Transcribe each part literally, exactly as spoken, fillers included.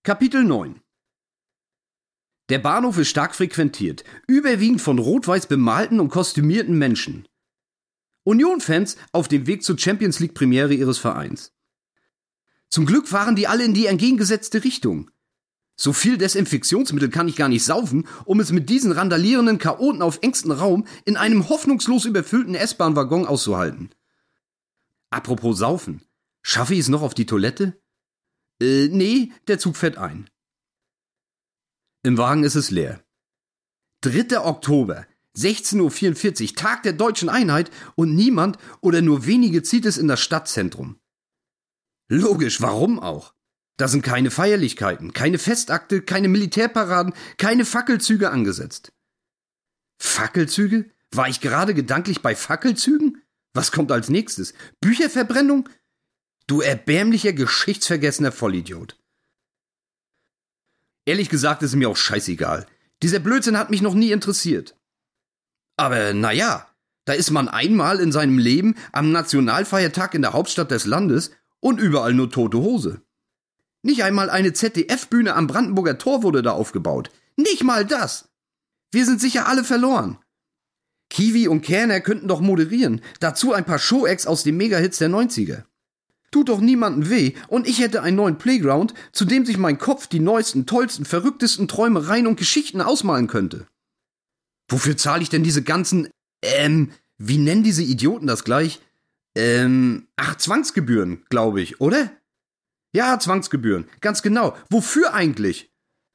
Kapitel neun. Der Bahnhof ist stark frequentiert, überwiegend von rot-weiß bemalten und kostümierten Menschen. Union-Fans auf dem Weg zur Champions-League-Premiere ihres Vereins. Zum Glück fahren die alle in die entgegengesetzte Richtung. So viel Desinfektionsmittel kann ich gar nicht saufen, um es mit diesen randalierenden Chaoten auf engstem Raum in einem hoffnungslos überfüllten S-Bahn-Waggon auszuhalten. Apropos Saufen. Schaffe ich es noch auf die Toilette? Äh, nee, der Zug fährt ein. Im Wagen ist es leer. dritter Oktober, sechzehn Uhr vierundvierzig, Tag der Deutschen Einheit und niemand oder nur wenige zieht es in das Stadtzentrum. Logisch, warum auch? Da sind keine Feierlichkeiten, keine Festakte, keine Militärparaden, keine Fackelzüge angesetzt. Fackelzüge? War ich gerade gedanklich bei Fackelzügen? Was kommt als nächstes? Bücherverbrennung? Du erbärmlicher, geschichtsvergessener Vollidiot. Ehrlich gesagt ist es mir auch scheißegal. Dieser Blödsinn hat mich noch nie interessiert. Aber naja, da ist man einmal in seinem Leben am Nationalfeiertag in der Hauptstadt des Landes und überall nur tote Hose. Nicht einmal eine Z D F-Bühne am Brandenburger Tor wurde da aufgebaut. Nicht mal das. Wir sind sicher alle verloren. Kiwi und Kerner könnten doch moderieren. Dazu ein paar Show-Acts aus den Mega-Hits der neunziger. Tut doch niemandem weh und ich hätte einen neuen Playground, zu dem sich mein Kopf die neuesten, tollsten, verrücktesten Träumereien und Geschichten ausmalen könnte. Wofür zahle ich denn diese ganzen, ähm, wie nennen diese Idioten das gleich? Ähm, ach, Zwangsgebühren, glaube ich, oder? Ja, Zwangsgebühren, ganz genau. Wofür eigentlich?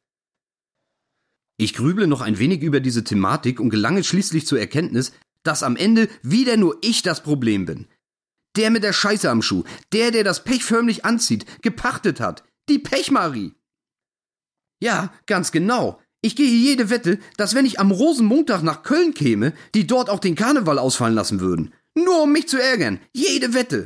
Ich grüble noch ein wenig über diese Thematik und gelange schließlich zur Erkenntnis, dass am Ende wieder nur ich das Problem bin. Der mit der Scheiße am Schuh, der, der das Pech förmlich anzieht, gepachtet hat, die Pechmarie. Ja, ganz genau. Ich gehe jede Wette, dass wenn ich am Rosenmontag nach Köln käme, die dort auch den Karneval ausfallen lassen würden. Nur um mich zu ärgern. Jede Wette.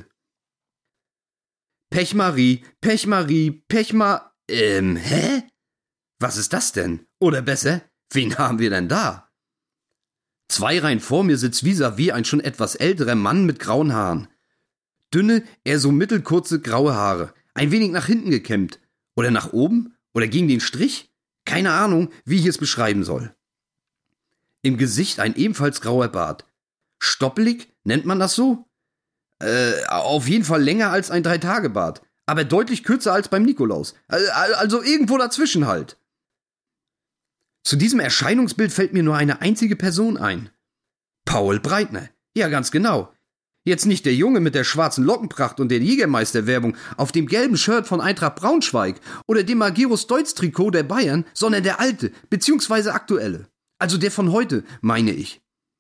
Pechmarie, Pechmarie, Pechma... Ähm, hä? Was ist das denn? Oder besser, wen haben wir denn da? Zwei Reihen vor mir sitzt vis-à-vis ein schon etwas älterer Mann mit grauen Haaren. Dünne, eher so mittelkurze graue Haare, ein wenig nach hinten gekämmt. Oder nach oben? Oder gegen den Strich? Keine Ahnung, wie ich es beschreiben soll. Im Gesicht ein ebenfalls grauer Bart. Stoppelig, nennt man das so? Äh, auf jeden Fall länger als ein Drei-Tage-Bart, aber deutlich kürzer als beim Nikolaus. Also irgendwo dazwischen halt. Zu diesem Erscheinungsbild fällt mir nur eine einzige Person ein. Paul Breitner. Ja, ganz genau. Jetzt nicht der Junge mit der schwarzen Lockenpracht und der Jägermeister-Werbung auf dem gelben Shirt von Eintracht Braunschweig oder dem Magirus-Deutz-Trikot der Bayern, sondern der alte, beziehungsweise aktuelle. Also der von heute, meine ich.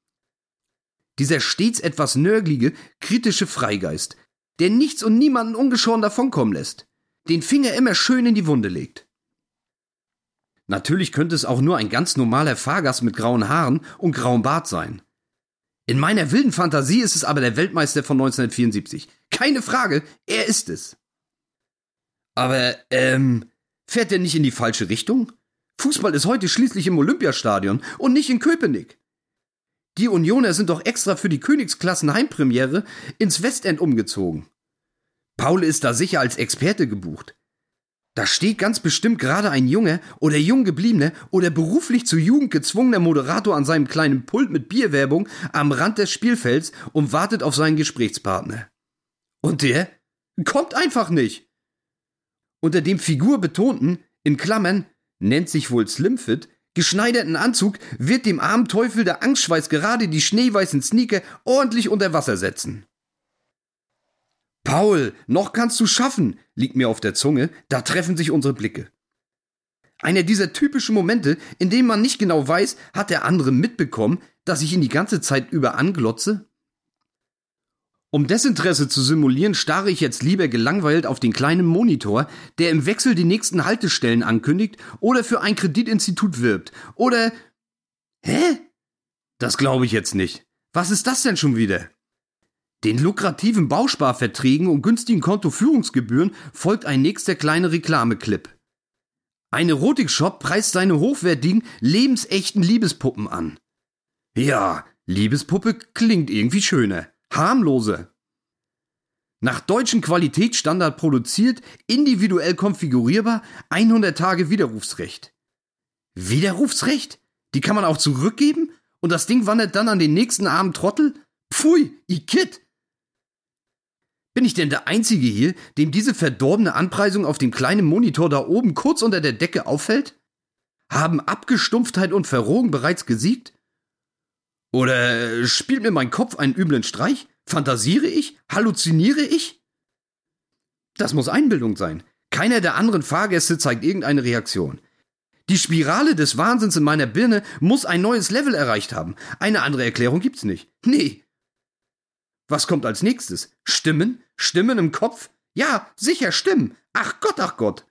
Dieser stets etwas nörglige, kritische Freigeist, der nichts und niemanden ungeschoren davonkommen lässt, den Finger immer schön in die Wunde legt. Natürlich könnte es auch nur ein ganz normaler Fahrgast mit grauen Haaren und grauem Bart sein. In meiner wilden Fantasie ist es aber der Weltmeister von neunzehnhundertvierundsiebzig. Keine Frage, er ist es. Aber, ähm, fährt er nicht in die falsche Richtung? Fußball ist heute schließlich im Olympiastadion und nicht in Köpenick. Die Unioner sind doch extra für die Königsklassen-Heimpremiere ins Westend umgezogen. Paul ist da sicher als Experte gebucht. Da steht ganz bestimmt gerade ein junger oder jung gebliebener oder beruflich zur Jugend gezwungener Moderator an seinem kleinen Pult mit Bierwerbung am Rand des Spielfelds und wartet auf seinen Gesprächspartner. Und der kommt einfach nicht. Unter dem figurbetonten, in Klammern, nennt sich wohl Slimfit, geschneiderten Anzug wird dem armen Teufel der Angstschweiß gerade die schneeweißen Sneaker ordentlich unter Wasser setzen. Paul, noch kannst du schaffen, liegt mir auf der Zunge, da treffen sich unsere Blicke. Einer dieser typischen Momente, in denen man nicht genau weiß, hat der andere mitbekommen, dass ich ihn die ganze Zeit über anglotze? Um Desinteresse zu simulieren, starre ich jetzt lieber gelangweilt auf den kleinen Monitor, der im Wechsel die nächsten Haltestellen ankündigt oder für ein Kreditinstitut wirbt. Oder... Hä? Das glaube ich jetzt nicht. Was ist das denn schon wieder? Den lukrativen Bausparverträgen und günstigen Kontoführungsgebühren folgt ein nächster kleiner Reklameclip. Ein Erotikshop preist seine hochwertigen, lebensechten Liebespuppen an. Ja, Liebespuppe klingt irgendwie schöner, harmloser. Nach deutschem Qualitätsstandard produziert, individuell konfigurierbar, hundert Tage Widerrufsrecht. Widerrufsrecht? Die kann man auch zurückgeben? Und das Ding wandert dann an den nächsten armen Trottel? Pfui, Igitt! Bin ich denn der Einzige hier, dem diese verdorbene Anpreisung auf dem kleinen Monitor da oben kurz unter der Decke auffällt? Haben Abgestumpftheit und Verrohung bereits gesiegt? Oder spielt mir mein Kopf einen üblen Streich? Fantasiere ich? Halluziniere ich? Das muss Einbildung sein. Keiner der anderen Fahrgäste zeigt irgendeine Reaktion. Die Spirale des Wahnsinns in meiner Birne muss ein neues Level erreicht haben. Eine andere Erklärung gibt's nicht. Nee. Was kommt als nächstes? Stimmen? Stimmen im Kopf? Ja, sicher Stimmen. Ach Gott, ach Gott.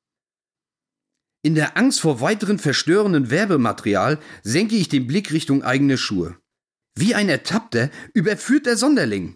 In der Angst vor weiteren verstörenden Werbematerial senke ich den Blick Richtung eigene Schuhe. Wie ein Ertappter überführt der Sonderling.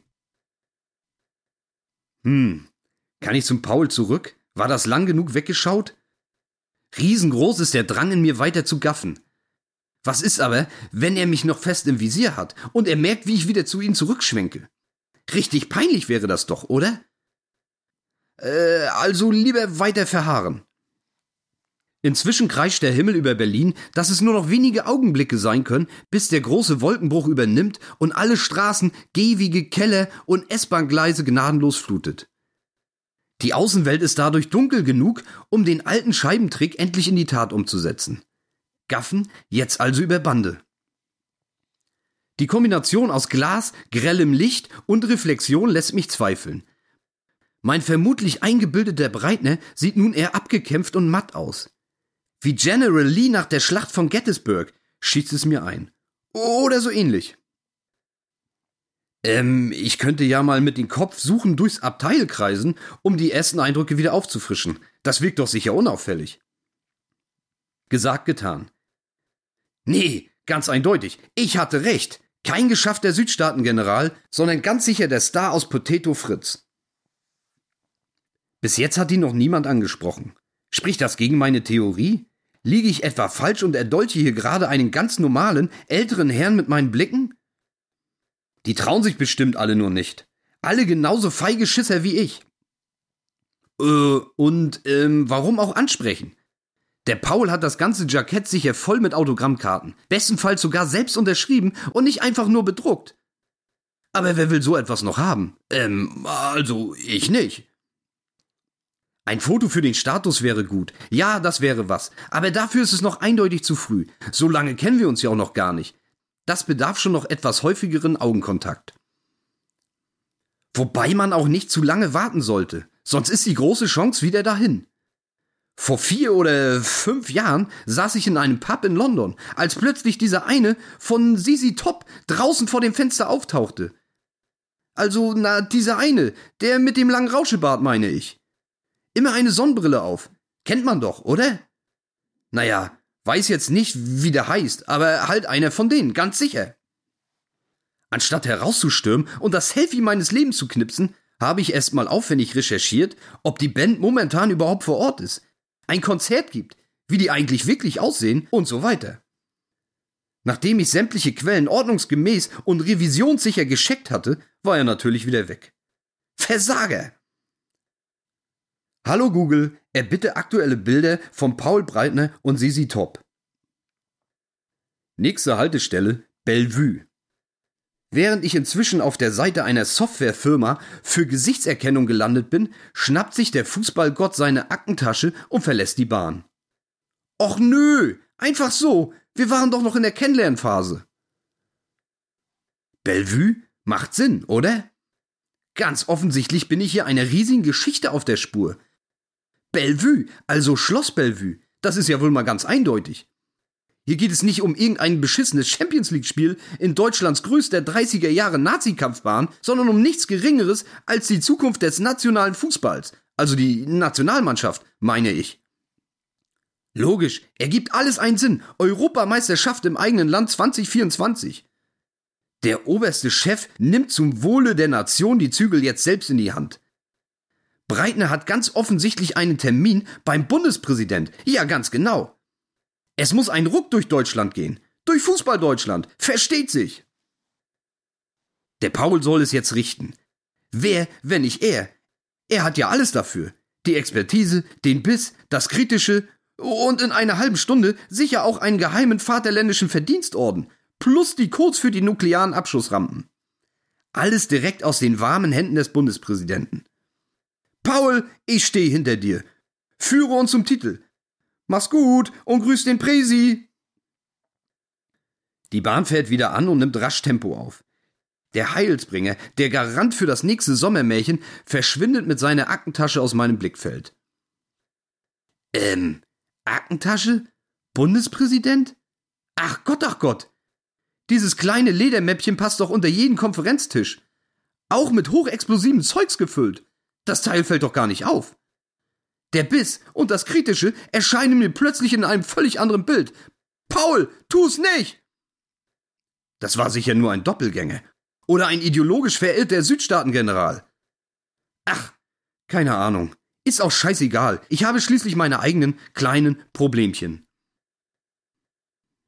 Hm, kann ich zum Paul zurück? War das lang genug weggeschaut? Riesengroß ist der Drang in mir weiter zu gaffen. Was ist aber, wenn er mich noch fest im Visier hat und er merkt, wie ich wieder zu ihm zurückschwenke? Richtig peinlich wäre das doch, oder? Äh, also lieber weiter verharren. Inzwischen kreischt der Himmel über Berlin, dass es nur noch wenige Augenblicke sein können, bis der große Wolkenbruch übernimmt und alle Straßen, Gehwege, Keller und S-Bahn-Gleise gnadenlos flutet. Die Außenwelt ist dadurch dunkel genug, um den alten Scheibentrick endlich in die Tat umzusetzen. Gaffen, jetzt also über Bande. Die Kombination aus Glas, grellem Licht und Reflexion lässt mich zweifeln. Mein vermutlich eingebildeter Breitner sieht nun eher abgekämpft und matt aus. Wie General Lee nach der Schlacht von Gettysburg, schießt es mir ein. Oder so ähnlich. Ähm, ich könnte ja mal mit dem Kopf suchen durchs Abteil kreisen, um die ersten Eindrücke wieder aufzufrischen. Das wirkt doch sicher unauffällig. Gesagt, getan. Nee, ganz eindeutig. Ich hatte recht. Kein geschaffter Südstaaten-General, sondern ganz sicher der Star aus Potato Fritz. Bis jetzt hat ihn noch niemand angesprochen. Spricht das gegen meine Theorie? Liege ich etwa falsch und erdolche hier gerade einen ganz normalen, älteren Herrn mit meinen Blicken? Die trauen sich bestimmt alle nur nicht. Alle genauso feige Schisser wie ich. Äh, und, ähm, warum auch ansprechen? Der Paul hat das ganze Jackett sicher voll mit Autogrammkarten. Bestenfalls sogar selbst unterschrieben und nicht einfach nur bedruckt. Aber wer will so etwas noch haben? Ähm, also ich nicht. Ein Foto für den Status wäre gut. Ja, das wäre was. Aber dafür ist es noch eindeutig zu früh. So lange kennen wir uns ja auch noch gar nicht. Das bedarf schon noch etwas häufigeren Augenkontakt. Wobei man auch nicht zu lange warten sollte. Sonst ist die große Chance wieder dahin. Vor vier oder fünf Jahren saß ich in einem Pub in London, als plötzlich dieser eine von Z Z Top draußen vor dem Fenster auftauchte. Also, na, dieser eine, der mit dem langen Rauschebart, meine ich. Immer eine Sonnenbrille auf. Kennt man doch, oder? Naja, weiß jetzt nicht, wie der heißt, aber halt einer von denen, ganz sicher. Anstatt herauszustürmen und das Selfie meines Lebens zu knipsen, habe ich erst mal aufwendig recherchiert, ob die Band momentan überhaupt vor Ort ist, ein Konzert gibt, wie die eigentlich wirklich aussehen und so weiter. Nachdem ich sämtliche Quellen ordnungsgemäß und revisionssicher gescheckt hatte, war er natürlich wieder weg. Versager! Hallo Google, erbitte aktuelle Bilder von Paul Breitner und Z Z Top. Nächste Haltestelle, Bellevue. Während ich inzwischen auf der Seite einer Softwarefirma für Gesichtserkennung gelandet bin, schnappt sich der Fußballgott seine Aktentasche und verlässt die Bahn. Och nö, einfach so, wir waren doch noch in der Kennenlernphase. Bellevue macht Sinn, oder? Ganz offensichtlich bin ich hier einer riesigen Geschichte auf der Spur. Bellevue, also Schloss Bellevue, das ist ja wohl mal ganz eindeutig. Hier geht es nicht um irgendein beschissenes Champions-League-Spiel in Deutschlands größter dreißiger Jahre Nazi-Kampfbahn, sondern um nichts Geringeres als die Zukunft des nationalen Fußballs, also die Nationalmannschaft, meine ich. Logisch, ergibt alles einen Sinn. Europameisterschaft im eigenen Land zwanzig vierundzwanzig. Der oberste Chef nimmt zum Wohle der Nation die Zügel jetzt selbst in die Hand. Breitner hat ganz offensichtlich einen Termin beim Bundespräsident. Ja, ganz genau. Es muss ein Ruck durch Deutschland gehen. Durch Fußball-Deutschland. Versteht sich. Der Paul soll es jetzt richten. Wer, wenn nicht er? Er hat ja alles dafür. Die Expertise, den Biss, das Kritische und in einer halben Stunde sicher auch einen geheimen vaterländischen Verdienstorden. Plus die Codes für die nuklearen Abschussrampen. Alles direkt aus den warmen Händen des Bundespräsidenten. Paul, ich stehe hinter dir. Führe uns zum Titel. Mach's gut und grüß den Präsi. Die Bahn fährt wieder an und nimmt rasch Tempo auf. Der Heilsbringer, der Garant für das nächste Sommermärchen, verschwindet mit seiner Aktentasche aus meinem Blickfeld. Ähm, Aktentasche? Bundespräsident? Ach Gott, ach Gott. Dieses kleine Ledermäppchen passt doch unter jeden Konferenztisch. Auch mit hochexplosivem Zeugs gefüllt. Das Teil fällt doch gar nicht auf. Der Biss und das Kritische erscheinen mir plötzlich in einem völlig anderen Bild. Paul, tu's nicht! Das war sicher nur ein Doppelgänger. Oder ein ideologisch verirrter Südstaatengeneral. Ach, keine Ahnung. Ist auch scheißegal. Ich habe schließlich meine eigenen kleinen Problemchen.